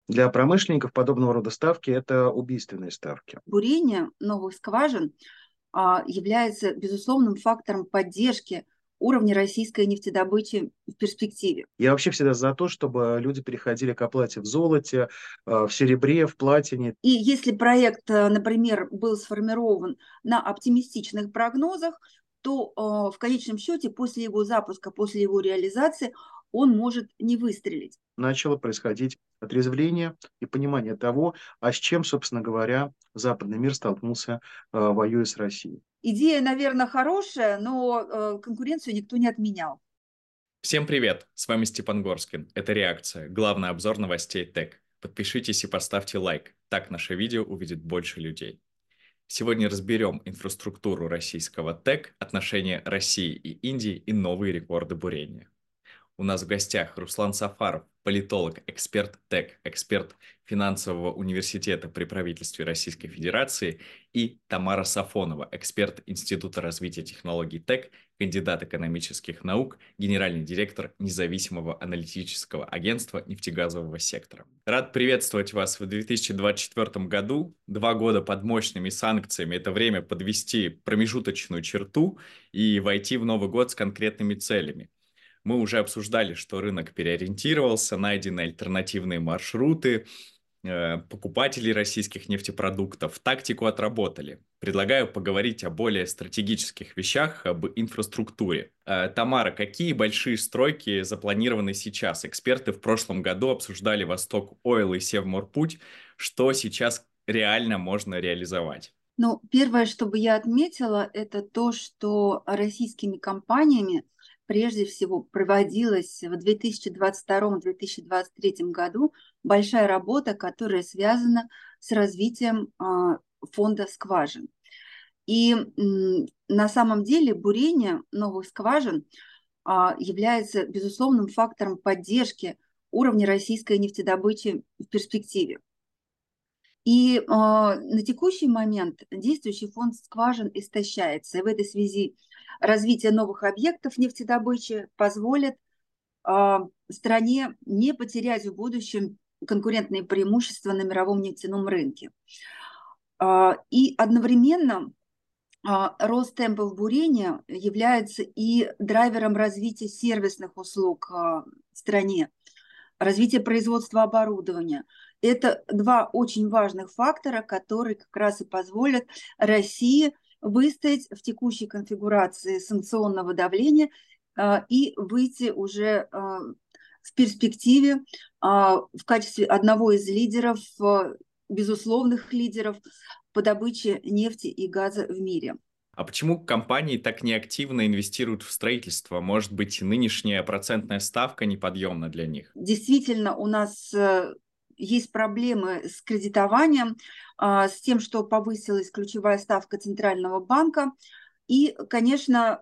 Для промышленников подобного рода ставки – это убийственные ставки. Бурение новых скважин является безусловным фактором поддержки уровня российской нефтедобычи в перспективе. Я вообще всегда за то, чтобы люди переходили к оплате в золоте, в серебре, в платине. И если проект, например, был сформирован на оптимистичных прогнозах, то в конечном счете после его запуска, после его реализации он может не выстрелить. Начало происходить отрезвление и понимание того, а с чем, собственно говоря, западный мир столкнулся, воюя с Россией. Идея, наверное, хорошая, но конкуренцию никто не отменял. Всем привет! С вами Степан Горскин. Это «Реакция», главный обзор новостей ТЭК. Подпишитесь и поставьте лайк, так наше видео увидит больше людей. Сегодня разберем инфраструктуру российского ТЭК, отношения России и Индии и новые рекорды бурения. У нас в гостях Руслан Сафаров, политолог, эксперт ТЭК, эксперт финансового университета при правительстве Российской Федерации, и Тамара Сафонова, эксперт Института развития технологий ТЭК, кандидат экономических наук, генеральный директор независимого аналитического агентства нефтегазового сектора. Рад приветствовать вас в 2024 году. 2 года под мощными санкциями – это время подвести промежуточную черту и войти в Новый год с конкретными целями. Мы уже обсуждали, что рынок переориентировался, найдены альтернативные маршруты, покупатели российских нефтепродуктов тактику отработали. Предлагаю поговорить о более стратегических вещах, об инфраструктуре. Тамара, какие большие стройки запланированы сейчас? Эксперты в прошлом году обсуждали Восток Ойл и Севморпуть. Что сейчас реально можно реализовать? Ну, первое, что бы я отметила, это то, что российскими компаниями прежде всего проводилась в 2022-2023 году большая работа, которая связана с развитием фонда скважин. И на самом деле бурение новых скважин является безусловным фактором поддержки уровня российской нефтедобычи в перспективе. И на текущий момент действующий фонд скважин истощается. И в этой связи развитие новых объектов нефтедобычи позволит стране не потерять в будущем конкурентные преимущества на мировом нефтяном рынке. И одновременно рост темпов бурения является и драйвером развития сервисных услуг в стране, развития производства оборудования. Это два очень важных фактора, которые как раз и позволят России выстоять в текущей конфигурации санкционного давления и выйти уже в перспективе в качестве одного из лидеров, безусловных лидеров по добыче нефти и газа в мире. А почему компании так неактивно инвестируют в строительство? Может быть, нынешняя процентная ставка неподъемна для них? Действительно, у нас есть проблемы с кредитованием, с тем, что повысилась ключевая ставка Центрального банка. И, конечно,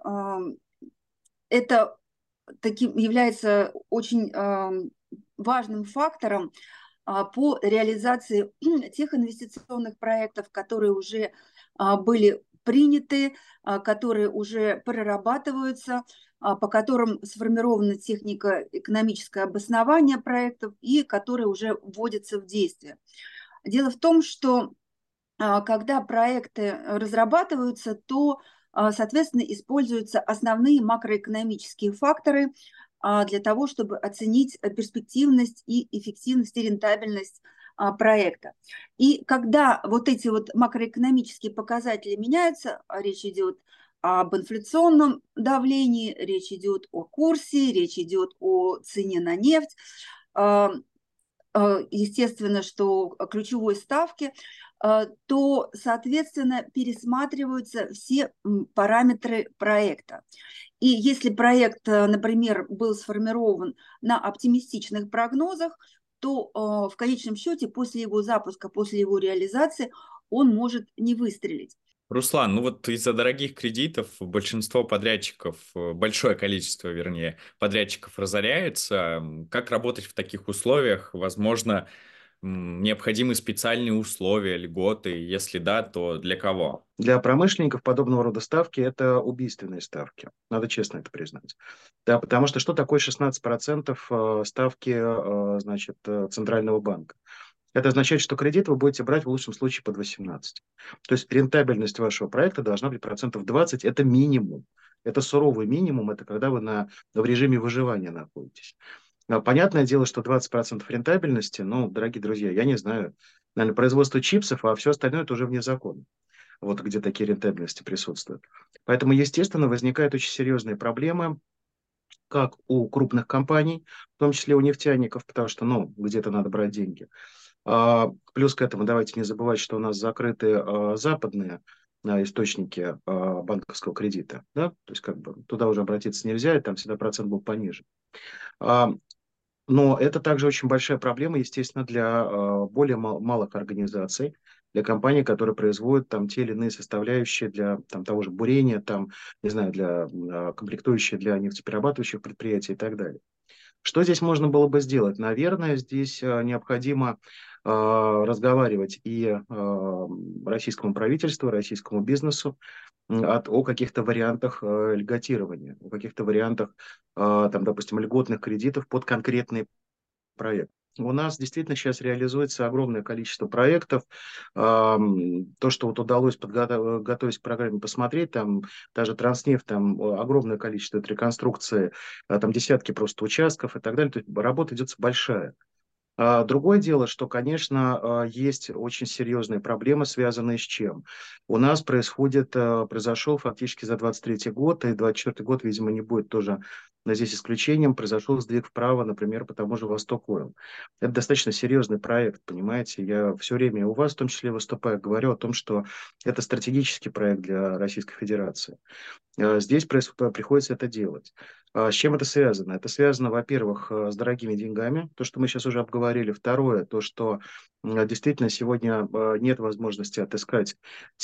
это является очень важным фактором по реализации тех инвестиционных проектов, которые уже были приняты, которые уже прорабатываются, по которым сформировано технико-экономическое обоснование проектов и которые уже вводятся в действие. Дело в том, что когда проекты разрабатываются, то, соответственно, используются основные макроэкономические факторы для того, чтобы оценить перспективность и эффективность и рентабельность проекта. И когда вот эти вот макроэкономические показатели меняются, речь идет об инфляционном давлении, речь идет о курсе, речь идет о цене на нефть, естественно, что ключевой ставки, то, соответственно, пересматриваются все параметры проекта. И если проект, например, был сформирован на оптимистичных прогнозах, то в конечном счете после его запуска, после его реализации он может не выстрелить. Руслан, ну вот из-за дорогих кредитов большинство подрядчиков, большое количество, вернее, подрядчиков разоряется. Как работать в таких условиях? Возможно, необходимы специальные условия, льготы? Если да, то для кого? Для промышленников подобного рода ставки – это убийственные ставки. Надо честно это признать. Да, потому что такое 16% ставки значит, Центрального банка? Это означает, что кредит вы будете брать в лучшем случае под 18. То есть рентабельность вашего проекта должна быть процентов 20. Это минимум. Это суровый минимум. Это когда вы в режиме выживания находитесь. Понятное дело, что 20% рентабельности, ну, дорогие друзья, я не знаю, наверное, производство чипсов, а все остальное это уже вне закона. Вот где такие рентабельности присутствуют. Поэтому, естественно, возникают очень серьезные проблемы, как у крупных компаний, в том числе у нефтяников, потому что, ну, где-то надо брать деньги. Плюс к этому давайте не забывать, что у нас закрыты западные источники банковского кредита, да, то есть как бы туда уже обратиться нельзя, и там всегда процент был пониже. А, но это также очень большая проблема, естественно, для более малых организаций, для компаний, которые производят там те или иные составляющие для там, того же бурения, там, не знаю, для комплектующие для нефтеперерабатывающих предприятий и так далее. Что здесь можно было бы сделать? Наверное, здесь необходимо разговаривать и российскому правительству, российскому бизнесу о каких-то вариантах льготирования, о каких-то вариантах, там, допустим, льготных кредитов под конкретные проекты. У нас действительно сейчас реализуется огромное количество проектов. То, что вот удалось готовить к программе, посмотреть, там даже Транснефть, там огромное количество реконструкции, там десятки просто участков и так далее. То есть работа идет большая. Другое дело, что, конечно, есть очень серьезные проблемы, связанные с чем? У нас произошел фактически за 23 год, и 24 год, видимо, не будет тоже здесь исключением, произошел сдвиг вправо, например, по тому же Восток Ойл. Это достаточно серьезный проект, понимаете? Я все время у вас, в том числе выступая, говорю о том, что это стратегический проект для Российской Федерации. Здесь приходится это делать. С чем это связано? Это связано, во-первых, с дорогими деньгами, то, что мы сейчас уже обговорили. Второе, то, что действительно сегодня нет возможности отыскать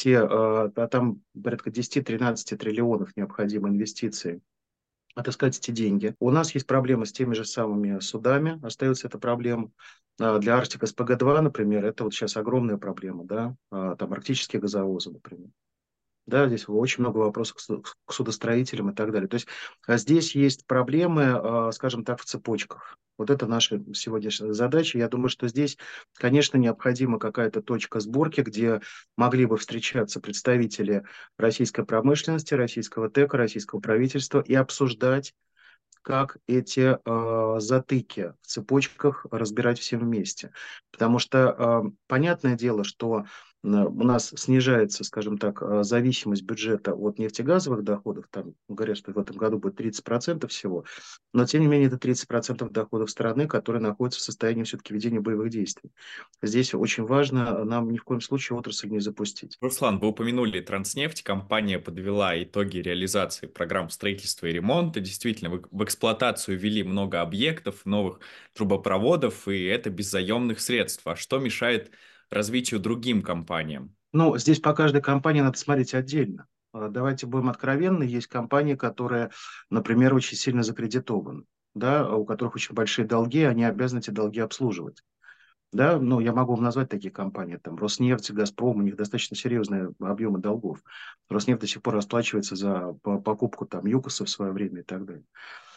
там порядка 10-13 триллионов необходимой инвестиций, отыскать эти деньги. У нас есть проблемы с теми же самыми судами, остается эта проблема. Для Арктика СПГ-2, например, это вот сейчас огромная проблема, да, там арктические газовозы, например. Да, здесь очень много вопросов к судостроителям и так далее. То есть здесь есть проблемы, скажем так, в цепочках. Вот это наша сегодняшняя задача. Я думаю, что здесь, конечно, необходима какая-то точка сборки, где могли бы встречаться представители российской промышленности, российского ТЭКа, российского правительства и обсуждать, как эти затыки в цепочках разбирать всем вместе. Потому что понятное дело, что у нас снижается, скажем так, зависимость бюджета от нефтегазовых доходов. Там говорят, что в этом году будет 30% всего. Но, тем не менее, это 30% доходов страны, которые находятся в состоянии все-таки ведения боевых действий. Здесь очень важно нам ни в коем случае отрасль не запустить. Руслан, вы упомянули Транснефть. Компания подвела итоги реализации программ строительства и ремонта. Действительно, в эксплуатацию ввели много объектов, новых трубопроводов, и это без заемных средств. А что мешает развитию другим компаниям? Ну, здесь по каждой компании надо смотреть отдельно. Давайте будем откровенны. Есть компании, которые, например, очень сильно закредитованы, да, у которых очень большие долги, они обязаны эти долги обслуживать. Да, ну, я могу вам назвать такие компании, там, Роснефть, Газпром, у них достаточно серьезные объемы долгов. Роснефть до сих пор расплачивается за покупку там ЮКОСа в свое время и так далее.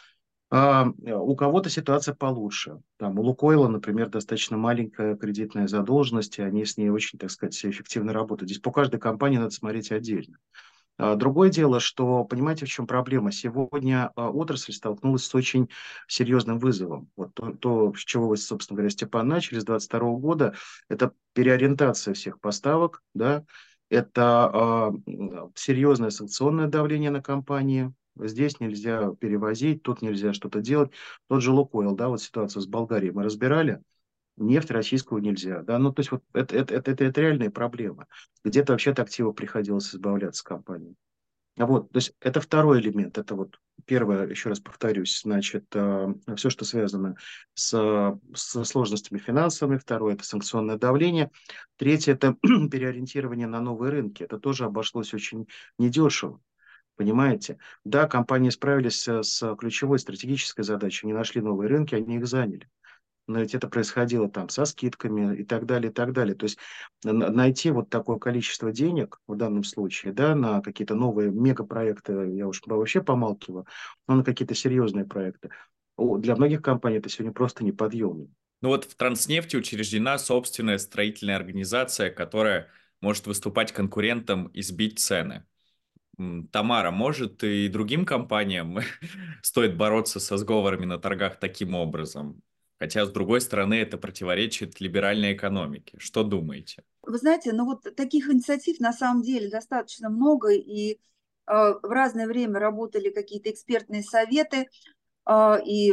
У кого-то ситуация получше. Там, у Лукойла, например, достаточно маленькая кредитная задолженность, и они с ней очень, так сказать, эффективно работают. Здесь по каждой компании надо смотреть отдельно. Другое дело, что, понимаете, в чем проблема? Сегодня отрасль столкнулась с очень серьезным вызовом. Вот с чего вы, собственно говоря, Степан, начали с 2022 года, это переориентация всех поставок, да, это серьезное санкционное давление на компании. Здесь нельзя перевозить, тут нельзя что-то делать. Тот же Лукойл, да, вот ситуацию с Болгарией мы разбирали, нефть российскую нельзя, да, ну, то есть вот это реальные проблемы. Где-то вообще-то активов приходилось избавляться компании. Вот, то есть это второй элемент, это вот первое, еще раз повторюсь, значит, все, что связано со сложностями финансовыми, второе, это санкционное давление, третье, это переориентирование на новые рынки, это тоже обошлось очень недешево. Понимаете? Да, компании справились с ключевой стратегической задачей, они нашли новые рынки, они их заняли. но ведь это происходило там со скидками и так далее, и так далее. То есть найти вот такое количество денег в данном случае, да, на какие-то новые мегапроекты, я уж вообще помалкиваю, но на какие-то серьезные проекты, для многих компаний это сегодня просто неподъемно. Ну вот в Транснефти учреждена собственная строительная организация, которая может выступать конкурентом и сбить цены. Тамара, может и другим компаниям стоит бороться со сговорами на торгах таким образом? Хотя, с другой стороны, это противоречит либеральной экономике. Что думаете? Вы знаете, ну вот таких инициатив на самом деле достаточно много, и в разное время работали какие-то экспертные советы, и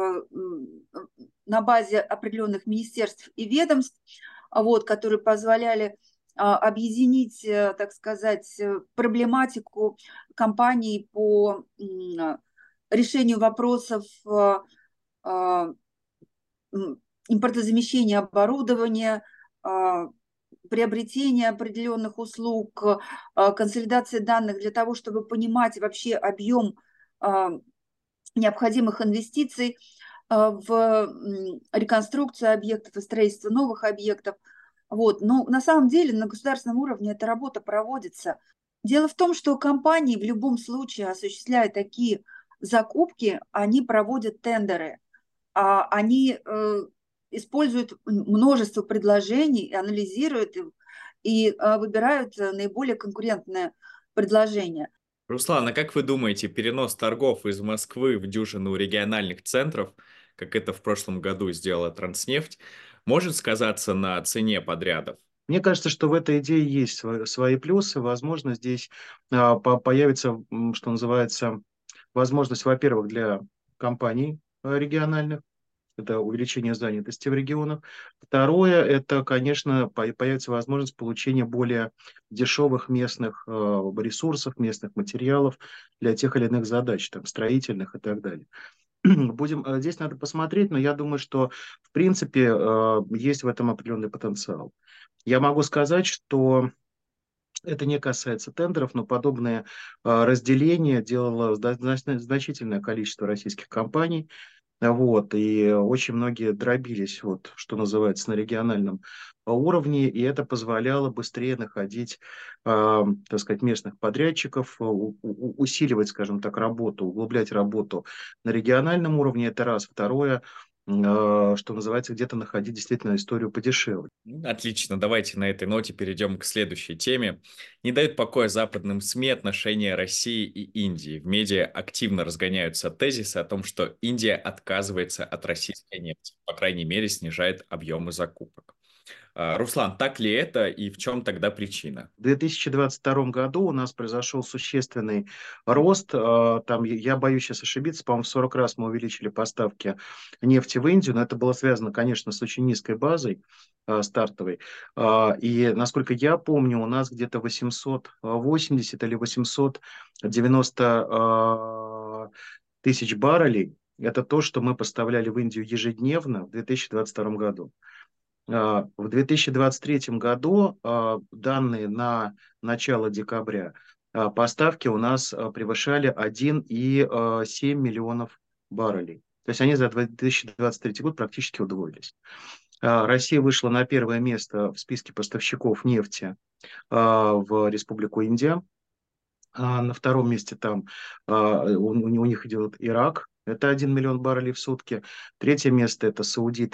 на базе определенных министерств и ведомств, вот, которые позволяли объединить, так сказать, проблематику компаний по решению вопросов а, импортозамещения оборудования, приобретения определенных услуг, консолидации данных для того, чтобы понимать вообще объем необходимых инвестиций в реконструкцию объектов и строительство новых объектов. Вот. Но на самом деле на государственном уровне эта работа проводится. Дело в том, что компании в любом случае, осуществляя такие закупки, они проводят тендеры, они используют множество предложений, анализируют их и выбирают наиболее конкурентное предложение. Руслан, а как вы думаете, перенос торгов из Москвы в дюжину региональных центров, как это в прошлом году сделала Транснефть, может сказаться на цене подрядов? Мне кажется, что в этой идее есть свои плюсы. Возможно, здесь появится, что называется, возможность, во-первых, для компаний региональных, это увеличение занятости в регионах. Второе, это, конечно, появится возможность получения более дешевых местных ресурсов, местных материалов для тех или иных задач, там, строительных и так далее. Здесь надо посмотреть, но я думаю, что, в принципе, есть в этом определенный потенциал. Я могу сказать, что это не касается тендеров, но подобное разделение делало значительное количество российских компаний. Вот, и очень многие дробились, вот, что называется, на региональном уровне, и это позволяло быстрее находить, так сказать, местных подрядчиков, усиливать, скажем так, работу, углублять работу на региональном уровне, это раз. Второе, что называется, где-то находить действительно историю подешевле. Отлично, давайте на этой ноте перейдем к следующей теме. Не дают покоя западным СМИ отношения России и Индии. В медиа активно разгоняются тезисы о том, что Индия отказывается от российской нефти, по крайней мере, снижает объемы закупок. Руслан, так ли это и в чем тогда причина? В 2022 году у нас произошел существенный рост. Там, я боюсь сейчас ошибиться, по-моему, в 40 раз мы увеличили поставки нефти в Индию, но это было связано, конечно, с очень низкой базой стартовой. И, насколько я помню, у нас где-то 880 или 890 тысяч баррелей. Это то, что мы поставляли в Индию ежедневно в 2022 году. В 2023 году, данные на начало декабря, поставки у нас превышали 1,7 миллионов баррелей. То есть они за 2023 год практически удвоились. Россия вышла на первое место в списке поставщиков нефти в Республику Индия. На втором месте там у них идет Ирак, это 1 миллион баррелей в сутки. Третье место это Саудиты,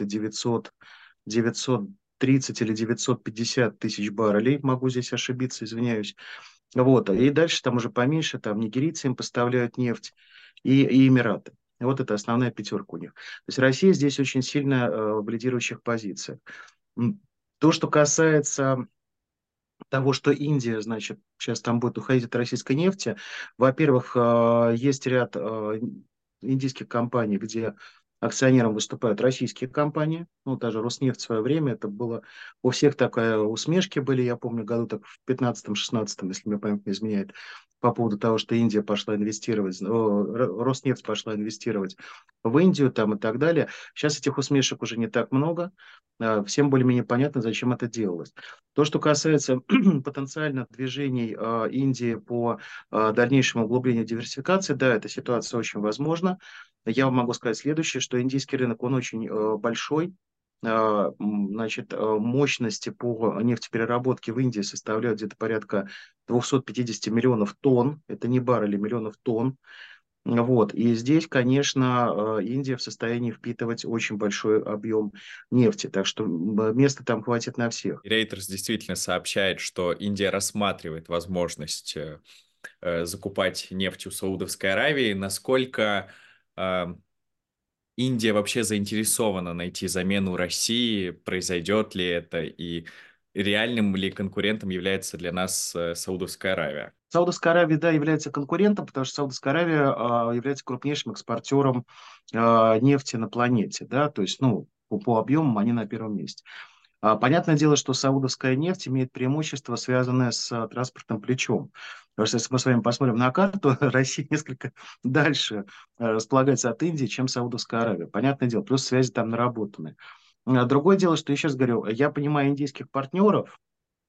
930 или 950 тысяч баррелей, могу здесь ошибиться, извиняюсь. Вот. И дальше там уже поменьше, там нигерийцы им поставляют нефть и Эмираты. Вот это основная пятерка у них. То есть Россия здесь очень сильно в лидирующих позициях. То, что касается того, что Индия, значит, сейчас там будет уходить от российской нефти. Во-первых, есть ряд индийских компаний, где акционером выступают российские компании. Ну, даже Роснефть в свое время, это было у всех такая усмешки были, я помню, году так в 15-16, если мне память не изменяет. по поводу того, что Индия пошла инвестировать, Роснефть пошла инвестировать в Индию там и так далее. Сейчас этих усмешек уже не так много. Всем более-менее понятно, зачем это делалось. То, что касается потенциальных движений Индии по дальнейшему углублению диверсификации, да, эта ситуация очень возможна. Я вам могу сказать следующее, что индийский рынок, он очень большой. Значит, мощности по нефтепереработке в Индии составляют где-то порядка 250 миллионов тонн. Это не баррели, миллионов тонн. Вот. И здесь, конечно, Индия в состоянии впитывать очень большой объем нефти. Так что места там хватит на всех. Reuters действительно сообщает, что Индия рассматривает возможность закупать нефть у Саудовской Аравии. Насколько э, Индия вообще заинтересована найти замену России? Произойдет ли это? И реальным ли конкурентом является для нас Саудовская Аравия? Саудовская Аравия, да, является конкурентом, потому что Саудовская Аравия является крупнейшим экспортером нефти на планете, да, то есть, ну, по объемам они на первом месте. Понятное дело, что саудовская нефть имеет преимущество, связанное с транспортным плечом. Потому что если мы с вами посмотрим на карту, Россия несколько дальше располагается от Индии, чем Саудовская Аравия. Понятное дело, плюс связи там наработаны. Другое дело, что, еще раз говорю, я понимаю индийских партнеров.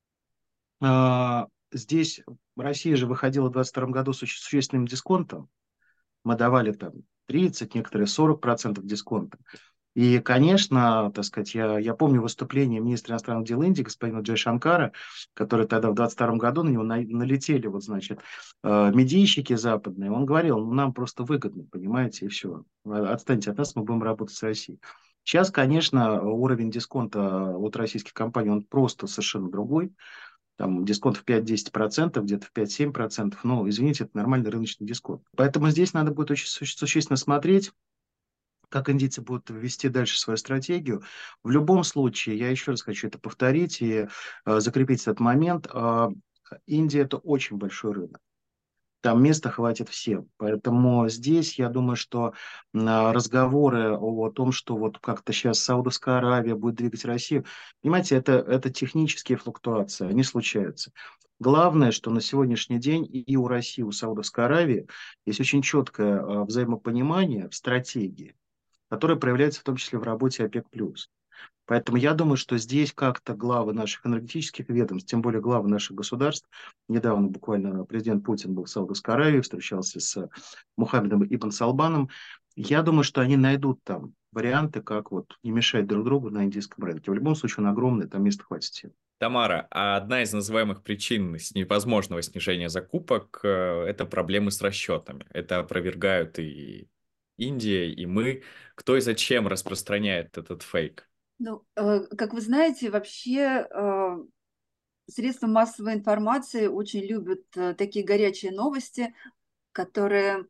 Здесь Россия же выходила в 2022 году с существенным дисконтом. Мы давали там 30, некоторые 40% дисконта. И, конечно, так сказать, я помню выступление министра иностранных дел Индии, господина Джай Шанкара, который тогда в 2022 году на него налетели, вот, значит, медийщики западные. Он говорил, ну, нам просто выгодно, понимаете, и все. Отстаньте от нас, мы будем работать с Россией. Сейчас, конечно, уровень дисконта от российских компаний, он просто совершенно другой. Там дисконт в 5-10%, где-то в 5-7%. Ну, извините, это нормальный рыночный дисконт. Поэтому здесь надо будет очень существенно смотреть, как индийцы будут вести дальше свою стратегию. В любом случае, я еще раз хочу это повторить и закрепить этот момент. Индия – это очень большой рынок. Там места хватит всем. Поэтому здесь, я думаю, что разговоры о том, что вот как-то сейчас Саудовская Аравия будет двигать Россию, понимаете, это технические флуктуации, они случаются. Главное, что на сегодняшний день и у России, и у Саудовской Аравии есть очень четкое взаимопонимание в стратегии, которое проявляется в том числе в работе ОПЕК+. Поэтому я думаю, что здесь как-то главы наших энергетических ведомств, тем более главы наших государств, недавно буквально президент Путин был в Саудовской Аравии, встречался с Мухаммедом Ибн Салбаном, я думаю, что они найдут там варианты, как вот не мешать друг другу на индийском рынке. В любом случае он огромный, там места хватит всем. Тамара, а одна из называемых причин невозможного снижения закупок – это проблемы с расчетами. Это опровергают и Индия, и мы. Кто и зачем распространяет этот фейк? Ну, как вы знаете, вообще средства массовой информации очень любят такие горячие новости, которые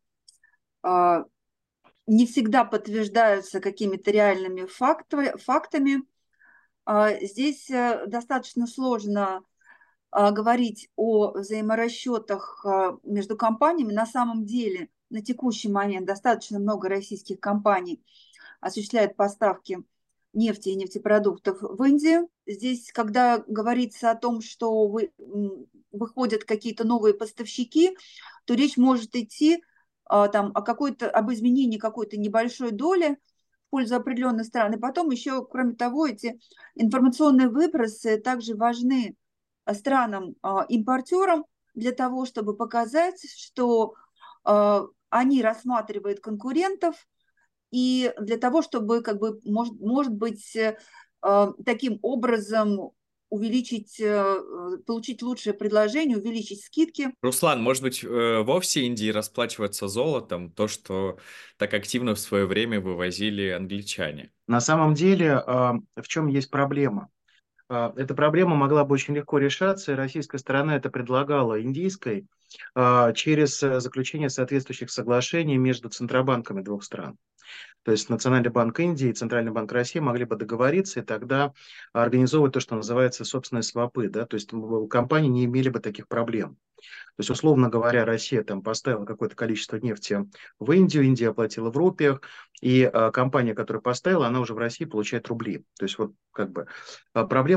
не всегда подтверждаются какими-то реальными фактами. Здесь достаточно сложно говорить о взаиморасчетах между компаниями. На самом деле, на текущий момент достаточно много российских компаний осуществляет поставки нефти и нефтепродуктов в Индию. Здесь, когда говорится о том, что выходят какие-то новые поставщики, то речь может идти там, об изменении какой-то небольшой доли в пользу определенной страны. Потом еще, кроме того, эти информационные выбросы также важны странам-импортерам для того, чтобы показать, что они рассматривают конкурентов, и для того, чтобы, как бы, может быть, таким образом увеличить, получить лучшее предложение, увеличить скидки. Руслан, может быть, вовсе Индии расплачиваться золотом, то, что так активно в свое время вывозили англичане? На самом деле, в чем есть проблема? Эта проблема могла бы очень легко решаться, и российская сторона это предлагала индийской через заключение соответствующих соглашений между центробанками двух стран. То есть Национальный банк Индии и Центральный банк России могли бы договориться и тогда организовывать то, что называется собственные свопы. Да? То есть компании не имели бы таких проблем. То есть, условно говоря, Россия там поставила какое-то количество нефти в Индию, Индия оплатила в рупиях, и компания, которая поставила, она уже в России получает рубли. То есть вот как бы проблема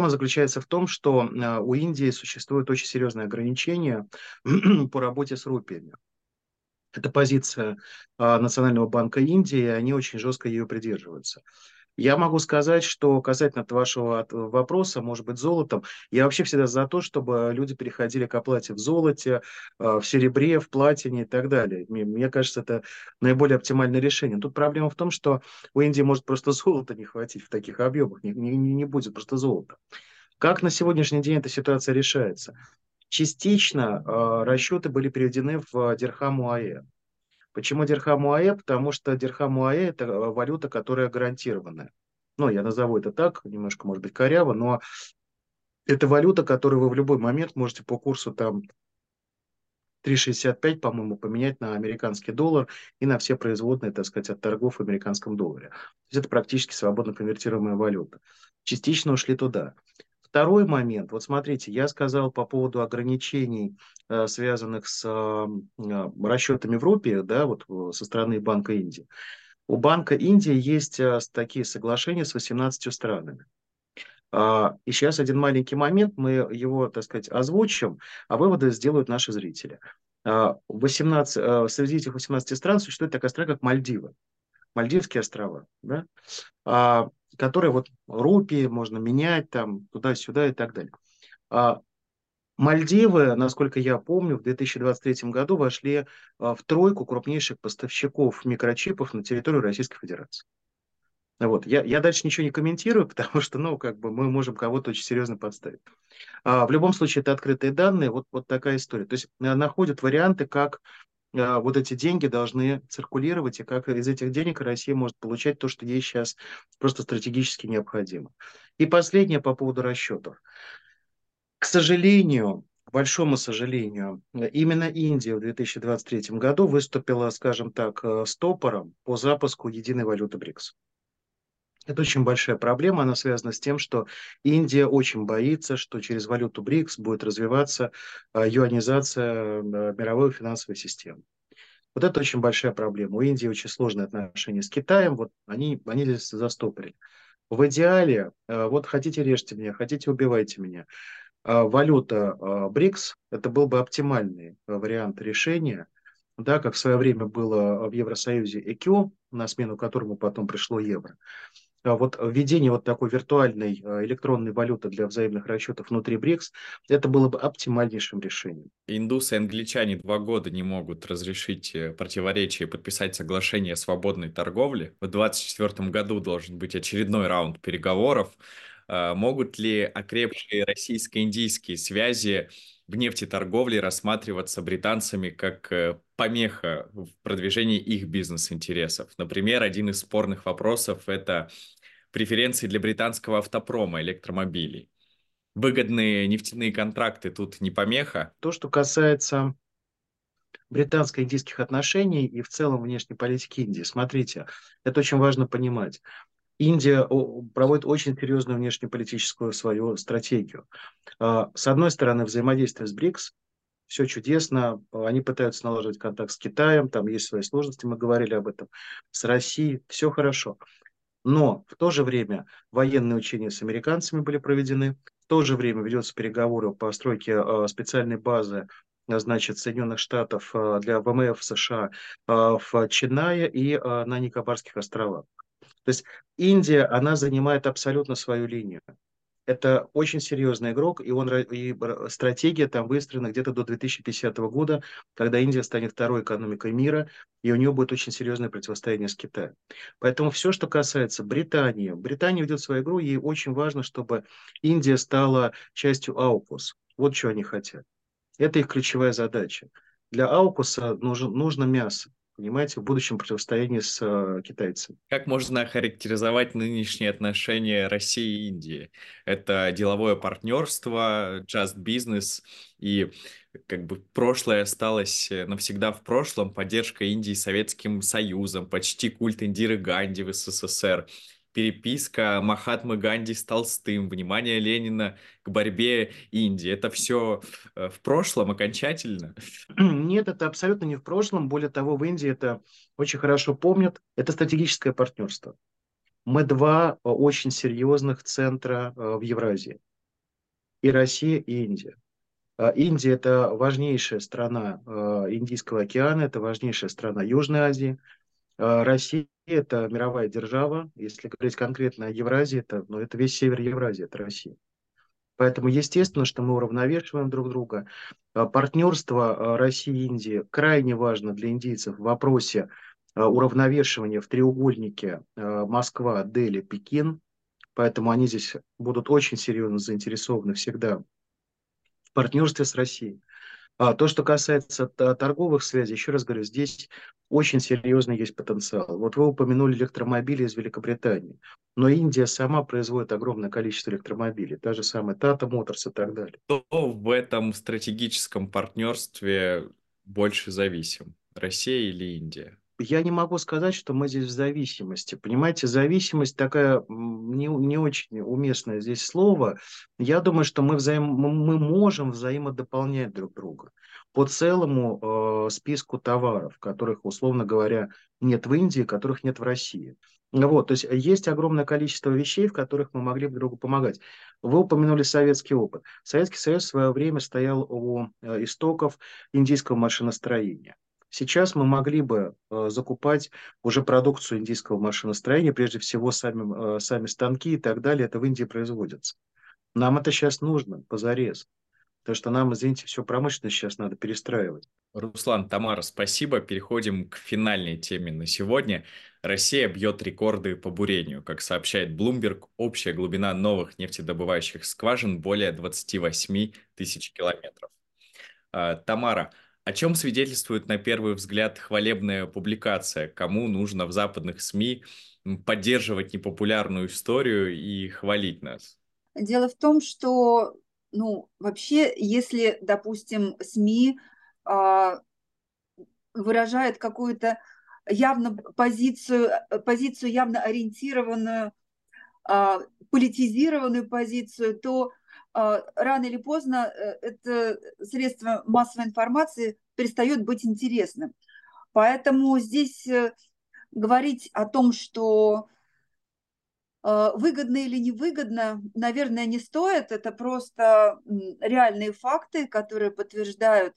проблема заключается в том, что у Индии существует очень серьезное ограничение по работе с рупиями. Это позиция Национального банка Индии, и они очень жестко ее придерживаются. Я могу сказать, что касательно вашего вопроса, может быть, золотом, я вообще всегда за то, чтобы люди переходили к оплате в золоте, в серебре, в платине и так далее. Мне кажется, это наиболее оптимальное решение. Тут проблема в том, что у Индии может просто золота не хватить в таких объемах, не будет просто золота. Как на сегодняшний день эта ситуация решается? Частично расчеты были переведены в дирхам УАЭ. Почему дирхам УАЭ? Потому что дирхам УАЭ – это валюта, которая гарантированная. Ну, я назову это так, немножко, может быть, коряво, но это валюта, которую вы в любой момент можете по курсу там 3,65, по-моему, поменять на американский доллар и на все производные, так сказать, от торгов в американском долларе. То есть это практически свободно конвертируемая валюта. Частично ушли туда. Второй момент. Вот смотрите, я сказал по поводу ограничений, связанных с расчетами в рупии, да, вот со стороны Банка Индии. У Банка Индии есть такие соглашения с 18 странами. И сейчас один маленький момент, мы его, так сказать, озвучим, а выводы сделают наши зрители. 18, среди этих 18 стран существует такая страна, как Мальдивы. Мальдивские острова, да? Которые вот рупии можно менять там туда-сюда и так далее. Мальдивы, насколько я помню, в 2023 году вошли в тройку крупнейших поставщиков микрочипов на территорию Российской Федерации. Вот. Я дальше ничего не комментирую, потому что, ну, как бы мы можем кого-то очень серьезно подставить. В любом случае, это открытые данные, вот такая история. То есть находят варианты, как вот эти деньги должны циркулировать, и как из этих денег Россия может получать то, что ей сейчас просто стратегически необходимо. И последнее по поводу расчетов. К сожалению, к большому сожалению, именно Индия в 2023 году выступила, скажем так, стопором по запуску единой валюты БРИКС. Это очень большая проблема, она связана с тем, что Индия очень боится, что через валюту БРИКС будет развиваться юанизация мировой финансовой системы. Вот это очень большая проблема. У Индии очень сложные отношения с Китаем, вот они здесь застопорили. В идеале, вот хотите режьте меня, хотите убивайте меня, валюта БРИКС – это был бы оптимальный вариант решения, да, как в свое время было в Евросоюзе ЭКЮ, на смену которому потом пришло евро. Вот введение вот такой виртуальной электронной валюты для взаимных расчетов внутри БРИКС, это было бы оптимальнейшим решением. Индусы и англичане 2 года не могут разрешить противоречия и подписать соглашение о свободной торговле. В 2024 году должен быть очередной раунд переговоров. Могут ли окрепшие российско-индийские связи в нефтеторговле рассматриваться британцами как помеха в продвижении их бизнес-интересов? Например, один из спорных вопросов – это преференции для британского автопрома электромобилей. Выгодные нефтяные контракты тут не помеха. То, что касается британско-индийских отношений и в целом внешней политики Индии, смотрите, это очень важно понимать. Индия проводит очень серьезную внешнеполитическую свою стратегию. С одной стороны, взаимодействие с БРИКС, все чудесно, они пытаются налаживать контакт с Китаем, там есть свои сложности, мы говорили об этом, с Россией, все хорошо. Но в то же время военные учения с американцами были проведены, в то же время ведутся переговоры по постройке специальной базы, значит, Соединенных Штатов для ВМФ США в Ченае и на Никобарских островах. То есть Индия, она занимает абсолютно свою линию. Это очень серьезный игрок, и стратегия там выстроена где-то до 2050 года, когда Индия станет второй экономикой мира, и у нее будет очень серьезное противостояние с Китаем. Поэтому все, что касается Британии, Британия ведет свою игру, ей очень важно, чтобы Индия стала частью AUKUS. Вот что они хотят. Это их ключевая задача. Для AUKUS нужно мясо, понимаете, в будущем противостоянии с китайцами. Как можно характеризовать нынешние отношения России и Индии? Это деловое партнерство, just business, и как бы прошлое осталось навсегда в прошлом, поддержка Индии Советским Союзом, почти культ Индиры Ганди в СССР, переписка Махатмы Ганди с Толстым, внимание Ленина к борьбе Индии. Это все в прошлом окончательно? Нет, это абсолютно не в прошлом. Более того, в Индии это очень хорошо помнят. Это стратегическое партнерство. Мы два очень серьезных центра в Евразии. и Россия, и Индия. Индия – это важнейшая страна Индийского океана, это важнейшая страна Южной Азии. Россия – это мировая держава. Если говорить конкретно о Евразии, это весь север Евразии, это Россия. Поэтому естественно, что мы уравновешиваем друг друга. Партнерство России и Индии крайне важно для индийцев в вопросе уравновешивания в треугольнике Москва, Дели, Пекин. Поэтому они здесь будут очень серьезно заинтересованы всегда в партнерстве с Россией. То, что касается торговых связей, еще раз говорю, здесь очень серьезный есть потенциал. Вот вы упомянули электромобили из Великобритании, но Индия сама производит огромное количество электромобилей, та же самая Tata Motors и так далее. Кто в этом стратегическом партнерстве больше зависим? Россия или Индия? Я не могу сказать, что мы здесь в зависимости. Понимаете, зависимость такая не очень уместное здесь слово. Я думаю, что мы можем взаимодополнять друг друга по целому списку товаров, которых, условно говоря, нет в Индии, которых нет в России. Вот, то есть есть огромное количество вещей, в которых мы могли бы другу помогать. Вы упомянули советский опыт. Советский Союз в свое время стоял у истоков индийского машиностроения. Сейчас мы могли бы закупать уже продукцию индийского машиностроения, прежде всего сами станки и так далее, это в Индии производится. Нам это сейчас нужно, позарез. Потому что нам, извините, всю промышленность сейчас надо перестраивать. Руслан, Тамара, спасибо. Переходим к финальной теме на сегодня. Россия бьет рекорды по бурению. Как сообщает Bloomberg, общая глубина новых нефтедобывающих скважин более 28 тысяч километров. Тамара, о чем свидетельствует на первый взгляд хвалебная публикация? Кому нужно в западных СМИ поддерживать непопулярную историю и хвалить нас? Дело в том, что, вообще, если, допустим, СМИ выражает какую-то явно позицию явно ориентированную, политизированную позицию, то рано или поздно это средство массовой информации перестает быть интересным. Поэтому здесь говорить о том, что выгодно или невыгодно, наверное, не стоит. Это просто реальные факты, которые подтверждают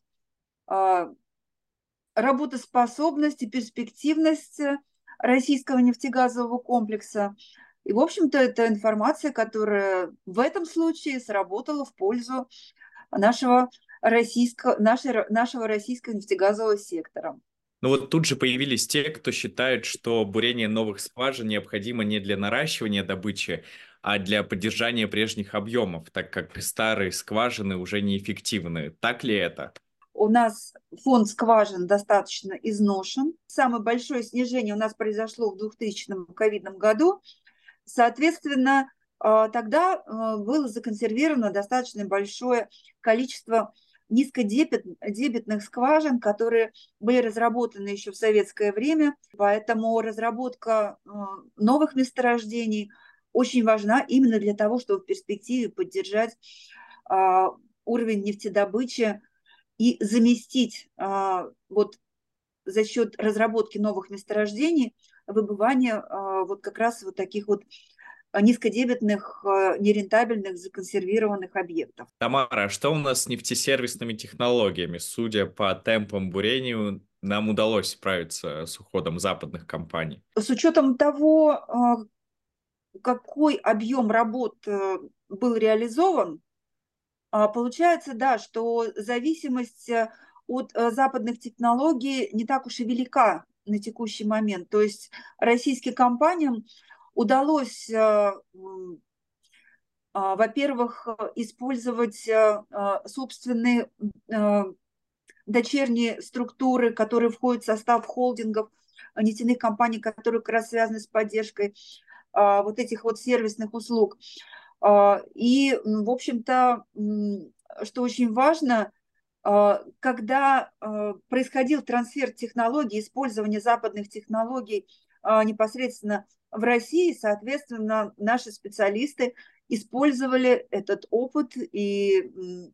работоспособность и перспективность российского нефтегазового комплекса. И, в общем-то, это информация, которая в этом случае сработала в пользу нашего российского нефтегазового сектора. Ну вот тут же появились те, кто считает, что бурение новых скважин необходимо не для наращивания добычи, а для поддержания прежних объемов, так как старые скважины уже неэффективны. Так ли это? У нас фонд скважин достаточно изношен. Самое большое снижение у нас произошло в 2000 ковидном году. Соответственно, тогда было законсервировано достаточно большое количество низкодебетных скважин, которые были разработаны еще в советское время. Поэтому разработка новых месторождений очень важна именно для того, чтобы в перспективе поддержать уровень нефтедобычи и заместить вот за счет разработки новых месторождений выбывание вот как раз вот таких вот низкодебетных, нерентабельных, законсервированных объектов. Тамара, а что у нас с нефтесервисными технологиями? Судя по темпам бурению, нам удалось справиться с уходом западных компаний. С учетом того, какой объем работ был реализован, получается, да, что зависимость от западных технологий не так уж и велика на текущий момент. То есть российским компаниям удалось, во-первых, использовать собственные дочерние структуры, которые входят в состав холдингов нефтяных компаний, которые как раз связаны с поддержкой вот этих вот сервисных услуг. И, в общем-то, что очень важно, когда происходил трансфер технологий, использование западных технологий непосредственно в России, соответственно, наши специалисты использовали этот опыт, и,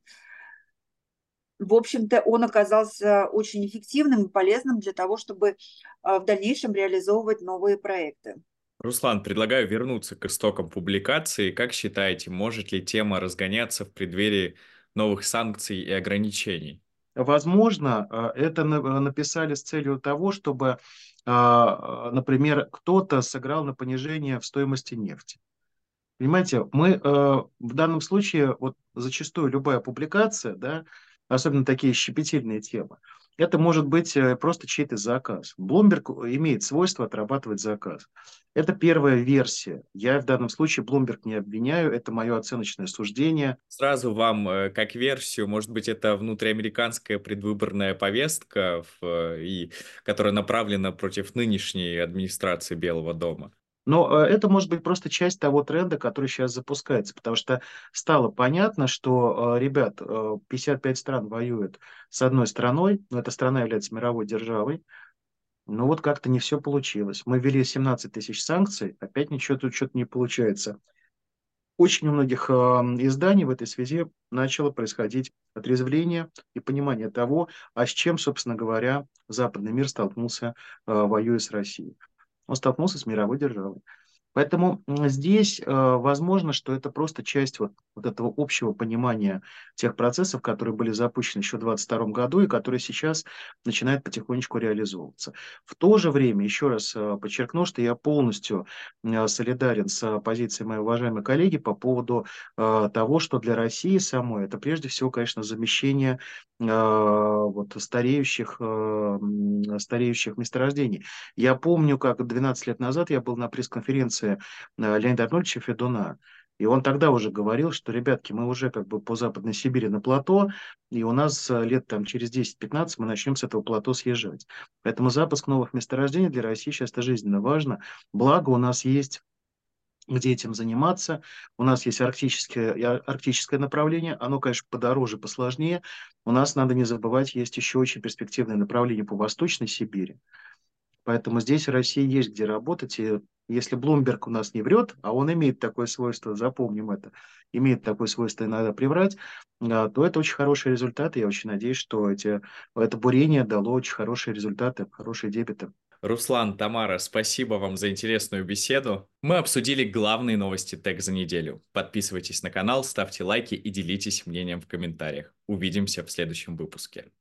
в общем-то, он оказался очень эффективным и полезным для того, чтобы в дальнейшем реализовывать новые проекты. Руслан, предлагаю вернуться к истокам публикации. Как считаете, может ли тема разгоняться в преддверии новых санкций и ограничений? Возможно, это написали с целью того, чтобы, например, кто-то сыграл на понижение в стоимости нефти. Понимаете, мы в данном случае, вот зачастую любая публикация, да, особенно такие щепетильные темы, это может быть просто чей-то заказ. Bloomberg имеет свойство отрабатывать заказ. Это первая версия. Я в данном случае Bloomberg не обвиняю, это мое оценочное суждение. Сразу вам как версию, может быть, это внутриамериканская предвыборная повестка, которая направлена против нынешней администрации Белого дома. Но это может быть просто часть того тренда, который сейчас запускается, потому что стало понятно, что, ребят, 55 стран воюют с одной страной, но эта страна является мировой державой, но вот как-то не все получилось. Мы ввели 17 тысяч санкций, опять ничего тут что-то не получается. Очень у многих изданий в этой связи начало происходить отрезвление и понимание того, а с чем, собственно говоря, западный мир столкнулся, воюя с Россией. Он столкнулся с мировой державой. Поэтому здесь возможно, что это просто часть вот этого общего понимания тех процессов, которые были запущены еще в 2022 году и которые сейчас начинают потихонечку реализовываться. В то же время, еще раз подчеркну, что я полностью солидарен с позицией моей уважаемой коллеги по поводу того, что для России самой это прежде всего, конечно, замещение вот стареющих месторождений. Я помню, как 12 лет назад я был на пресс-конференции Леонида Арнольдовича Федуна, и он тогда уже говорил, что, ребятки, мы уже как бы по Западной Сибири на плато, и у нас лет там через 10-15 мы начнем с этого плато съезжать. Поэтому запуск новых месторождений для России сейчас это жизненно важно. Благо у нас есть где этим заниматься. У нас есть арктическое направление, оно, конечно, подороже, посложнее. У нас, надо не забывать, есть еще очень перспективное направление по Восточной Сибири. Поэтому здесь в России есть где работать. И если Блумберг у нас не врет, а он имеет такое свойство, запомним это, имеет такое свойство иногда приврать, то это очень хороший результат. И я очень надеюсь, что это бурение дало очень хорошие результаты, хорошие дебиты. Руслан, Тамара, спасибо вам за интересную беседу. Мы обсудили главные новости ТЭК за неделю. Подписывайтесь на канал, ставьте лайки и делитесь мнением в комментариях. Увидимся в следующем выпуске.